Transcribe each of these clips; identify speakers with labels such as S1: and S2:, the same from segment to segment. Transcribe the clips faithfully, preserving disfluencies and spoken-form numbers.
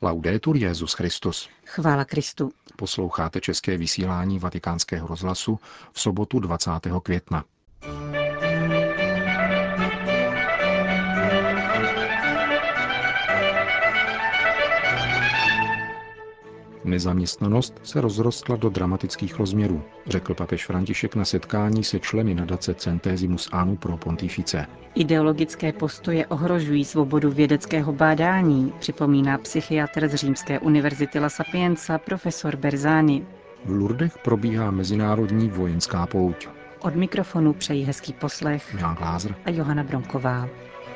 S1: Laudetur Jesus Christus.
S2: Chvála Kristu.
S1: Posloucháte české vysílání Vatikánského rozhlasu v sobotu dvacátého května. Nezaměstnanost se rozrostla do dramatických rozměrů, řekl papež František na setkání se členy nadace Centesimus Annus pro Pontifice.
S2: Ideologické postoje ohrožují svobodu vědeckého bádání, připomíná psychiatr z Římské univerzity La Sapienza profesor Berzani.
S1: V Lourdech probíhá mezinárodní vojenská pouť.
S2: Od mikrofonu přejí hezký poslech
S1: Milan Glázer
S2: a Johana Bronková.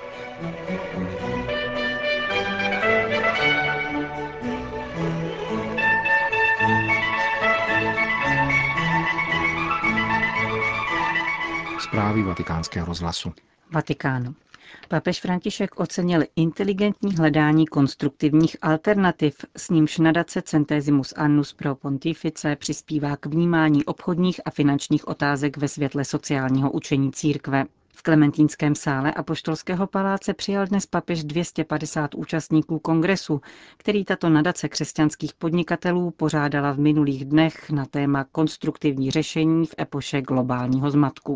S1: Zprávy Vatikánského rozhlasu.
S2: Vatikán. Papež František ocenil inteligentní hledání konstruktivních alternativ, s nímž nadace Centesimus Annus pro Pontifice přispívá k vnímání obchodních a finančních otázek ve světle sociálního učení církve. V Klementínském sále Apoštolského paláce přijal dnes papež dvě stě padesát účastníků kongresu, který tato nadace křesťanských podnikatelů pořádala v minulých dnech na téma konstruktivní řešení v epoše globálního zmatku.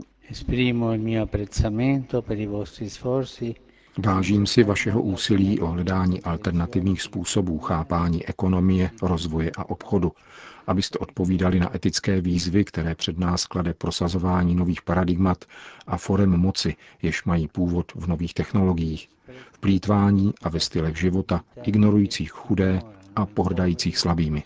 S1: Vážím si vašeho úsilí o hledání alternativních způsobů chápání ekonomie, rozvoje a obchodu, abyste odpovídali na etické výzvy, které před nás klade prosazování nových paradigmat a forem moci, jež mají původ v nových technologiích, v plýtvání a ve stylech života, ignorujících chudé a pohrdajících slabými.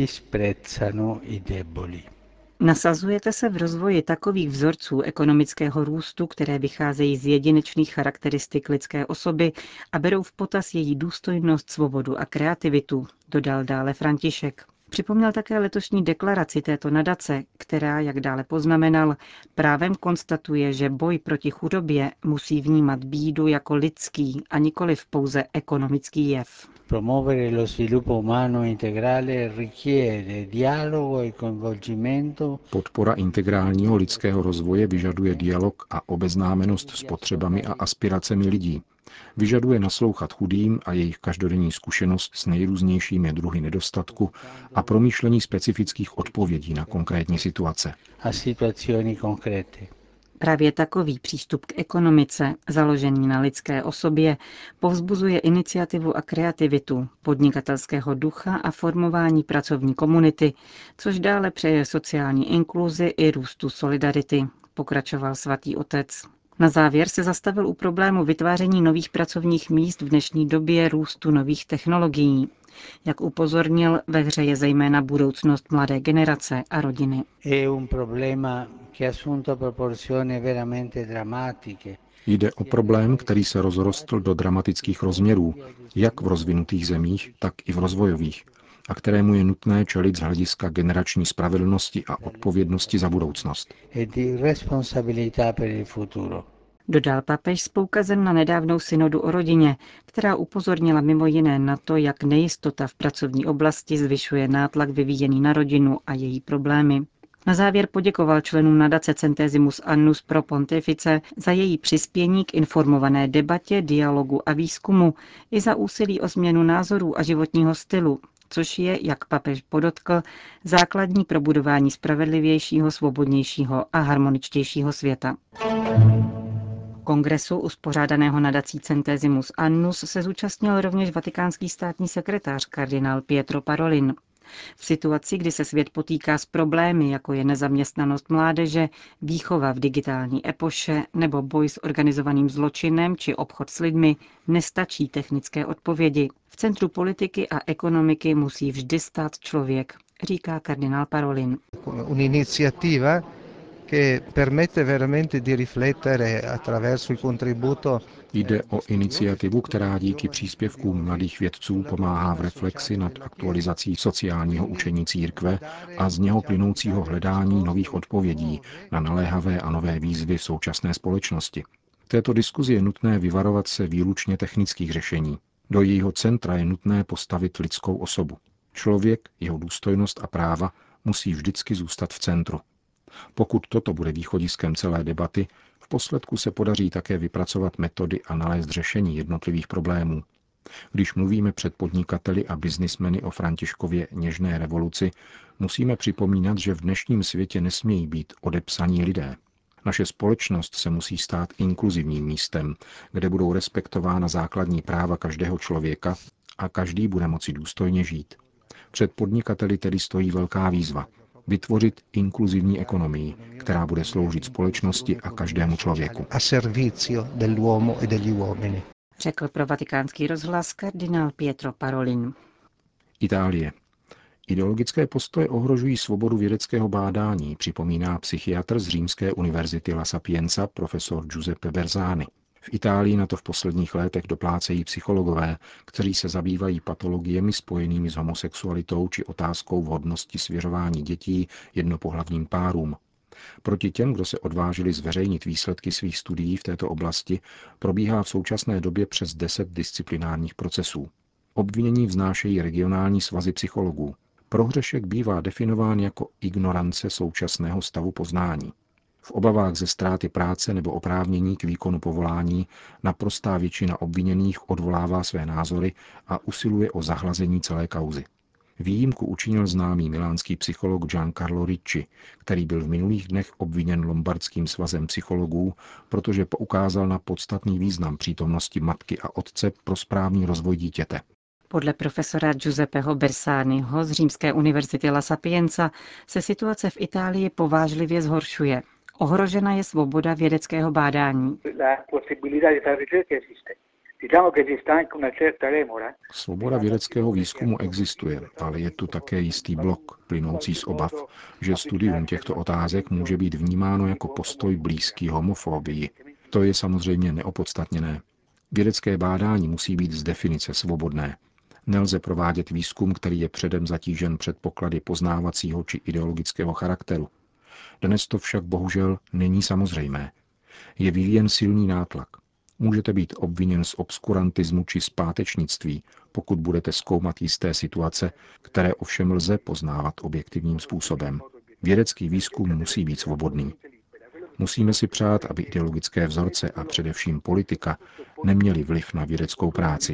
S2: Nasazujete se v rozvoji takových vzorců ekonomického růstu, které vycházejí z jedinečných charakteristik lidské osoby a berou v potaz její důstojnost, svobodu a kreativitu, dodal dále František. Připomněl také letošní deklaraci této nadace, která, jak dále poznamenal, právem konstatuje, že boj proti chudobě musí vnímat bídu jako lidský a nikoliv pouze ekonomický jev.
S3: Promuovere lo sviluppo umano integrale richiede dialogo e coinvolgimento.
S1: Podpora integrálního lidského rozvoje vyžaduje dialog a obeznámenost s potřebami a aspiracemi lidí. Vyžaduje naslouchat chudým a jejich každodenní zkušenost s nejrůznějšími druhy nedostatku a promýšlení specifických odpovědí na konkrétní situace.
S3: A situazioni concrete.
S2: Právě takový přístup k ekonomice, založený na lidské osobě, povzbuzuje iniciativu a kreativitu, podnikatelského ducha a formování pracovní komunity, což dále přeje sociální inkluzi i růstu solidarity, pokračoval svatý otec. Na závěr se zastavil u problému vytváření nových pracovních míst v dnešní době růstu nových technologií. Jak upozornil, ve hře je zejména budoucnost mladé generace a rodiny.
S1: Jde o problém, který se rozrostl do dramatických rozměrů, jak v rozvinutých zemích, tak i v rozvojových, a kterému je nutné čelit z hlediska generační spravedlnosti a odpovědnosti za budoucnost.
S2: Dodal papež s poukazem na nedávnou synodu o rodině, která upozornila mimo jiné na to, jak nejistota v pracovní oblasti zvyšuje nátlak vyvíjený na rodinu a její problémy. Na závěr poděkoval členům nadace Centesimus Annus pro Pontifice za její přispění k informované debatě, dialogu a výzkumu i za úsilí o změnu názorů a životního stylu, což je, jak papež podotkl, základní pro budování spravedlivějšího, svobodnějšího a harmoničtějšího světa. Kongresu uspořádaného nadací Centesimus Annus se zúčastnil rovněž vatikánský státní sekretář kardinál Pietro Parolin. V situaci, kdy se svět potýká s problémy, jako je nezaměstnanost mládeže, výchova v digitální epoše nebo boj s organizovaným zločinem či obchod s lidmi, nestačí technické odpovědi. V centru politiky a ekonomiky musí vždy stát člověk, říká kardinál Parolin.
S4: Un'iniziativa che permette veramente di riflettere attraverso il contributo.
S1: Jde o iniciativu, která díky příspěvkům mladých vědců pomáhá v reflexi nad aktualizací sociálního učení církve a z něho plynoucího hledání nových odpovědí na naléhavé a nové výzvy v současné společnosti. V této diskuzi je nutné vyvarovat se výlučně technických řešení. Do jejího centra je nutné postavit lidskou osobu. Člověk, jeho důstojnost a práva musí vždycky zůstat v centru. Pokud toto bude východiskem celé debaty, v posledku se podaří také vypracovat metody a nalézt řešení jednotlivých problémů. Když mluvíme před podnikateli a biznismeny o Františkově něžné revoluci, musíme připomínat, že v dnešním světě nesmějí být odepsaní lidé. Naše společnost se musí stát inkluzivním místem, kde budou respektována základní práva každého člověka a každý bude moci důstojně žít. Před podnikateli tedy stojí velká výzva – vytvořit inkluzivní ekonomii, která bude sloužit společnosti a každému člověku.
S2: Řekl pro Vatikánský rozhlas kardinál Pietro Parolin.
S1: Itálie. Ideologické postoje ohrožují svobodu vědeckého bádání, připomíná psychiatr z Římské univerzity La Sapienza profesor Giuseppe Bersani. V Itálii na to v posledních letech doplácejí psychologové, kteří se zabývají patologiemi spojenými s homosexualitou či otázkou vhodnosti svěřování dětí jednopohlavním párům. Proti těm, kdo se odvážili zveřejnit výsledky svých studií v této oblasti, probíhá v současné době přes deset disciplinárních procesů. Obvinění vznášejí regionální svazy psychologů. Prohřešek bývá definován jako ignorance současného stavu poznání. V obavách ze ztráty práce nebo oprávnění k výkonu povolání naprostá většina obviněných odvolává své názory a usiluje o zahlazení celé kauzy. Výjimku učinil známý milánský psycholog Giancarlo Ricci, který byl v minulých dnech obviněn Lombardským svazem psychologů, protože poukázal na podstatný význam přítomnosti matky a otce pro správný rozvoj dítěte.
S2: Podle profesora Giuseppeho Bersaniho z Římské univerzity La Sapienza se situace v Itálii povážlivě zhoršuje. Ohrožena je svoboda vědeckého bádání.
S1: Svoboda vědeckého výzkumu existuje, ale je tu také jistý blok, plynoucí z obav, že studium těchto otázek může být vnímáno jako postoj blízký homofobii. To je samozřejmě neopodstatněné. Vědecké bádání musí být z definice svobodné. Nelze provádět výzkum, který je předem zatížen předpoklady poznávacího či ideologického charakteru. Dnes to však bohužel není samozřejmé. Je vyvíjen silný nátlak. Můžete být obviněn z obskurantismu či zpátečnictví, pokud budete zkoumat jisté situace, které ovšem lze poznávat objektivním způsobem. Vědecký výzkum musí být svobodný. Musíme si přát, aby ideologické vzorce a především politika neměly vliv na vědeckou práci.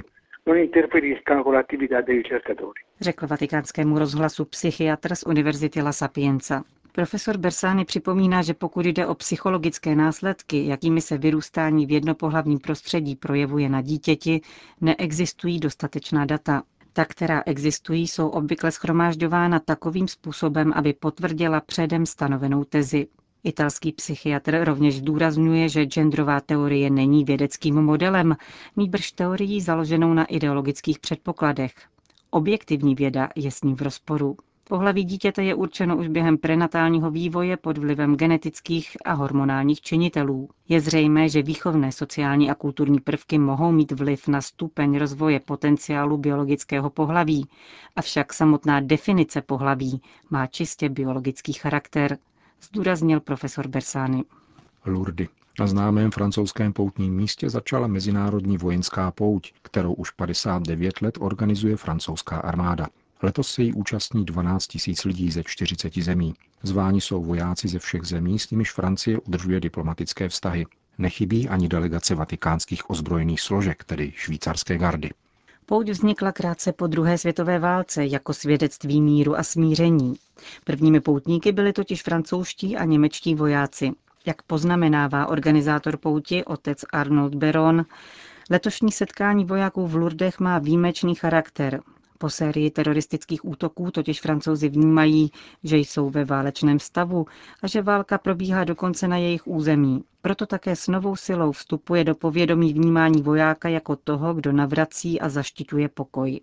S2: Řekl Vatikánskému rozhlasu psychiatr z Univerzity La Sapienza. Profesor Bersani připomíná, že pokud jde o psychologické následky, jakými se vyrůstání v jednopohlavním prostředí projevuje na dítěti, neexistují dostatečná data. Ta, která existují, jsou obvykle shromážďována takovým způsobem, aby potvrdila předem stanovenou tezi. Italský psychiatr rovněž zdůrazňuje, že genderová teorie není vědeckým modelem, nýbrž teorií založenou na ideologických předpokladech. Objektivní věda je s ním v rozporu. Pohlaví dítěte je určeno už během prenatálního vývoje pod vlivem genetických a hormonálních činitelů. Je zřejmé, že výchovné sociální a kulturní prvky mohou mít vliv na stupeň rozvoje potenciálu biologického pohlaví, avšak samotná definice pohlaví má čistě biologický charakter, zdůraznil profesor Bersani.
S1: Lourdes. Na známém francouzském poutním místě začala mezinárodní vojenská pouť, kterou už padesát devět let organizuje francouzská armáda. Letos se jí účastní dvanáct tisíc lidí ze čtyřiceti zemí. Zváni jsou vojáci ze všech zemí, s nimiž Francie udržuje diplomatické vztahy. Nechybí ani delegace vatikánských ozbrojených složek, tedy švýcarské gardy.
S2: Pouť vznikla krátce po druhé světové válce jako svědectví míru a smíření. Prvními poutníky byli totiž francouzští a němečtí vojáci. Jak poznamenává organizátor pouti otec Arnold Beron, letošní setkání vojáků v Lourdech má výjimečný charakter. Po sérii teroristických útoků totiž Francouzi vnímají, že jsou ve válečném stavu a že válka probíhá dokonce na jejich území. Proto také s novou silou vstupuje do povědomí vnímání vojáka jako toho, kdo navrací a zaštiťuje pokoj.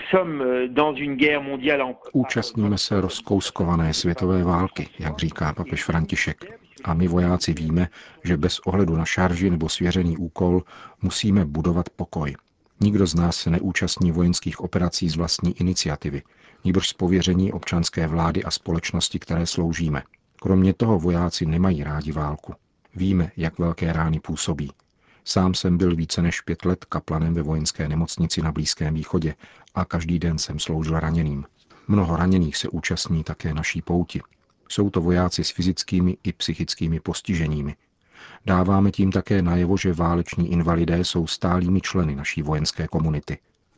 S1: Účastníme se rozkouskované světové války, jak říká papež František. A my vojáci víme, že bez ohledu na šarži nebo svěřený úkol musíme budovat pokoj. Nikdo z nás se neúčastní vojenských operací z vlastní iniciativy, nýbrž z pověření občanské vlády a společnosti, které sloužíme. Kromě toho vojáci nemají rádi válku. Víme, jak velké rány působí. Sám jsem byl více než pět let kaplanem ve vojenské nemocnici na Blízkém východě a každý den jsem sloužil raněným. Mnoho raněných se účastní také naší pouti. Jsou to vojáci s fyzickými i psychickými postiženími. Dáváme tím také najevo, že váleční invalidé jsou stálými členy naší vojenské komunity.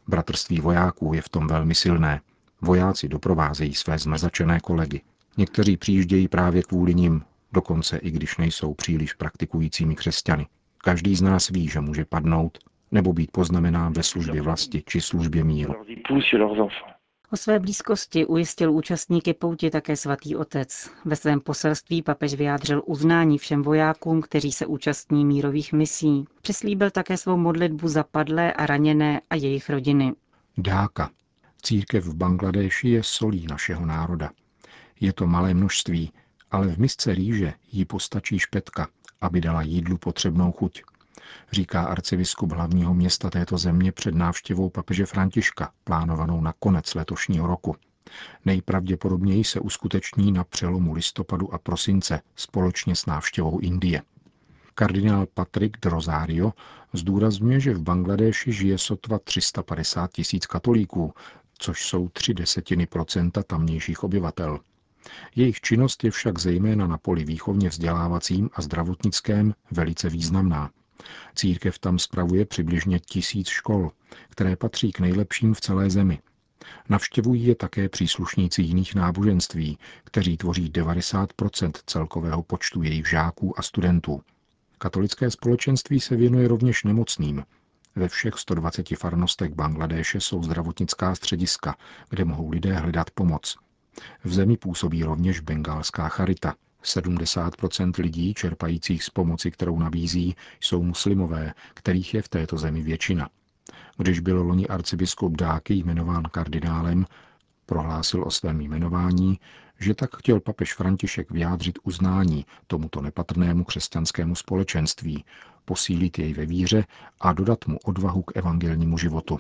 S1: Bratrství vojáků je v tom velmi silné. Vojáci doprovázejí své zmrzačené kolegy. Někteří přijíždějí právě kvůli nim, dokonce i když nejsou příliš praktikujícími křesťany. Každý z nás ví, že může padnout nebo být poznamenán ve službě vlasti či službě míru.
S2: O své blízkosti ujistil účastníky pouti také svatý otec. Ve svém poselství papež vyjádřil uznání všem vojákům, kteří se účastní mírových misí. Přislíbil také svou modlitbu za padlé a raněné a jejich rodiny.
S1: Dáka. Církev v Bangladéši je solí našeho národa. Je to malé množství, ale v misce rýže jí postačí špetka, aby dala jídlu potřebnou chuť, říká arcibiskup hlavního města této země před návštěvou papeže Františka, plánovanou na konec letošního roku. Nejpravděpodobněji se uskuteční na přelomu listopadu a prosince společně s návštěvou Indie. Kardinál Patrick de Rosario zdůrazňuje, že v Bangladéši žije sotva tři sta padesát tisíc katolíků, což jsou tři desetiny procenta tamnějších obyvatel. Jejich činnost je však zejména na poli výchovně vzdělávacím a zdravotnickém velice významná. Církev tam spravuje přibližně tisíc škol, které patří k nejlepším v celé zemi. Navštěvují je také příslušníci jiných náboženství, kteří tvoří devadesát procent celkového počtu jejich žáků a studentů. Katolické společenství se věnuje rovněž nemocným. Ve všech sto dvaceti farnostech Bangladéše jsou zdravotnická střediska, kde mohou lidé hledat pomoc. V zemi působí rovněž bengálská charita. sedmdesát procent lidí čerpajících z pomoci, kterou nabízí, jsou muslimové, kterých je v této zemi většina. Když byl loni arcibiskup Dáky jmenován kardinálem, prohlásil o svém jmenování, že tak chtěl papež František vyjádřit uznání tomuto nepatrnému křesťanskému společenství, posílit jej ve víře a dodat mu odvahu k evangelnímu životu.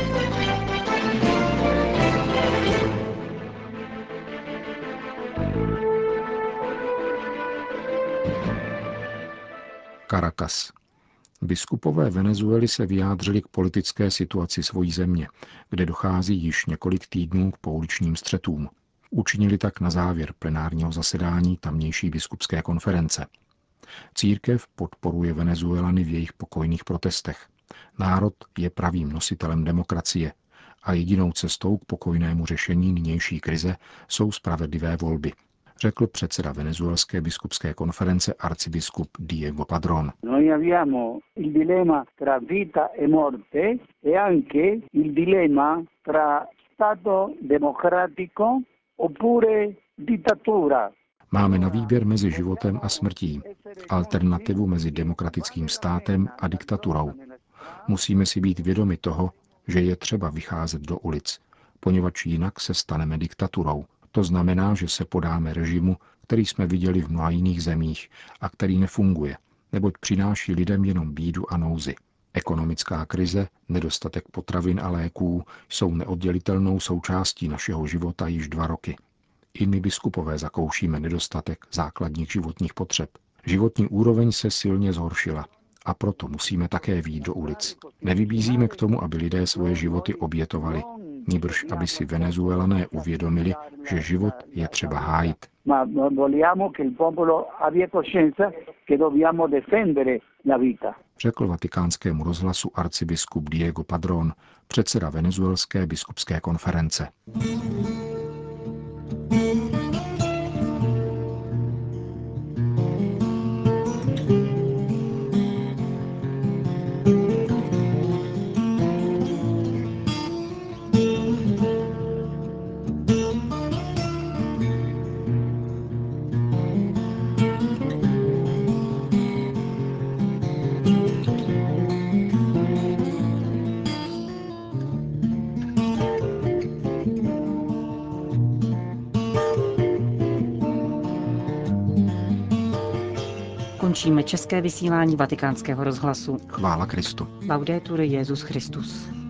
S1: Caracas. Biskupové Venezuely se vyjádřili k politické situaci svojí země, kde dochází již několik týdnů k pouličním střetům. Učinili tak na závěr plenárního zasedání tamnější biskupské konference. Církev podporuje Venezuelany v jejich pokojných protestech. Národ je pravým nositelem demokracie a jedinou cestou k pokojnému řešení nynější krize jsou spravedlivé volby, řekl předseda venezuelské biskupské konference arcibiskup Diego Padrón. Máme na výběr mezi životem a smrtí, alternativu mezi demokratickým státem a diktaturou. Musíme si být vědomi toho, že je třeba vycházet do ulic, poněvadž jinak se staneme diktaturou. To znamená, že se podáme režimu, který jsme viděli v mnoha jiných zemích a který nefunguje, neboť přináší lidem jenom bídu a nouzi. Ekonomická krize, nedostatek potravin a léků jsou neoddělitelnou součástí našeho života již dva roky. I my biskupové zakoušíme nedostatek základních životních potřeb. Životní úroveň se silně zhoršila a proto musíme také vyjít do ulic. Nevybízíme k tomu, aby lidé svoje životy obětovali, nýbrž aby si Venezuelané uvědomili, že život je třeba hájit. Řekl Vatikánskému rozhlasu arcibiskup Diego Padrón, předseda venezuelské biskupské konference.
S2: Končíme české vysílání Vatikánského rozhlasu.
S1: Chvála Kristu.
S2: Laudetur Jesus Christus.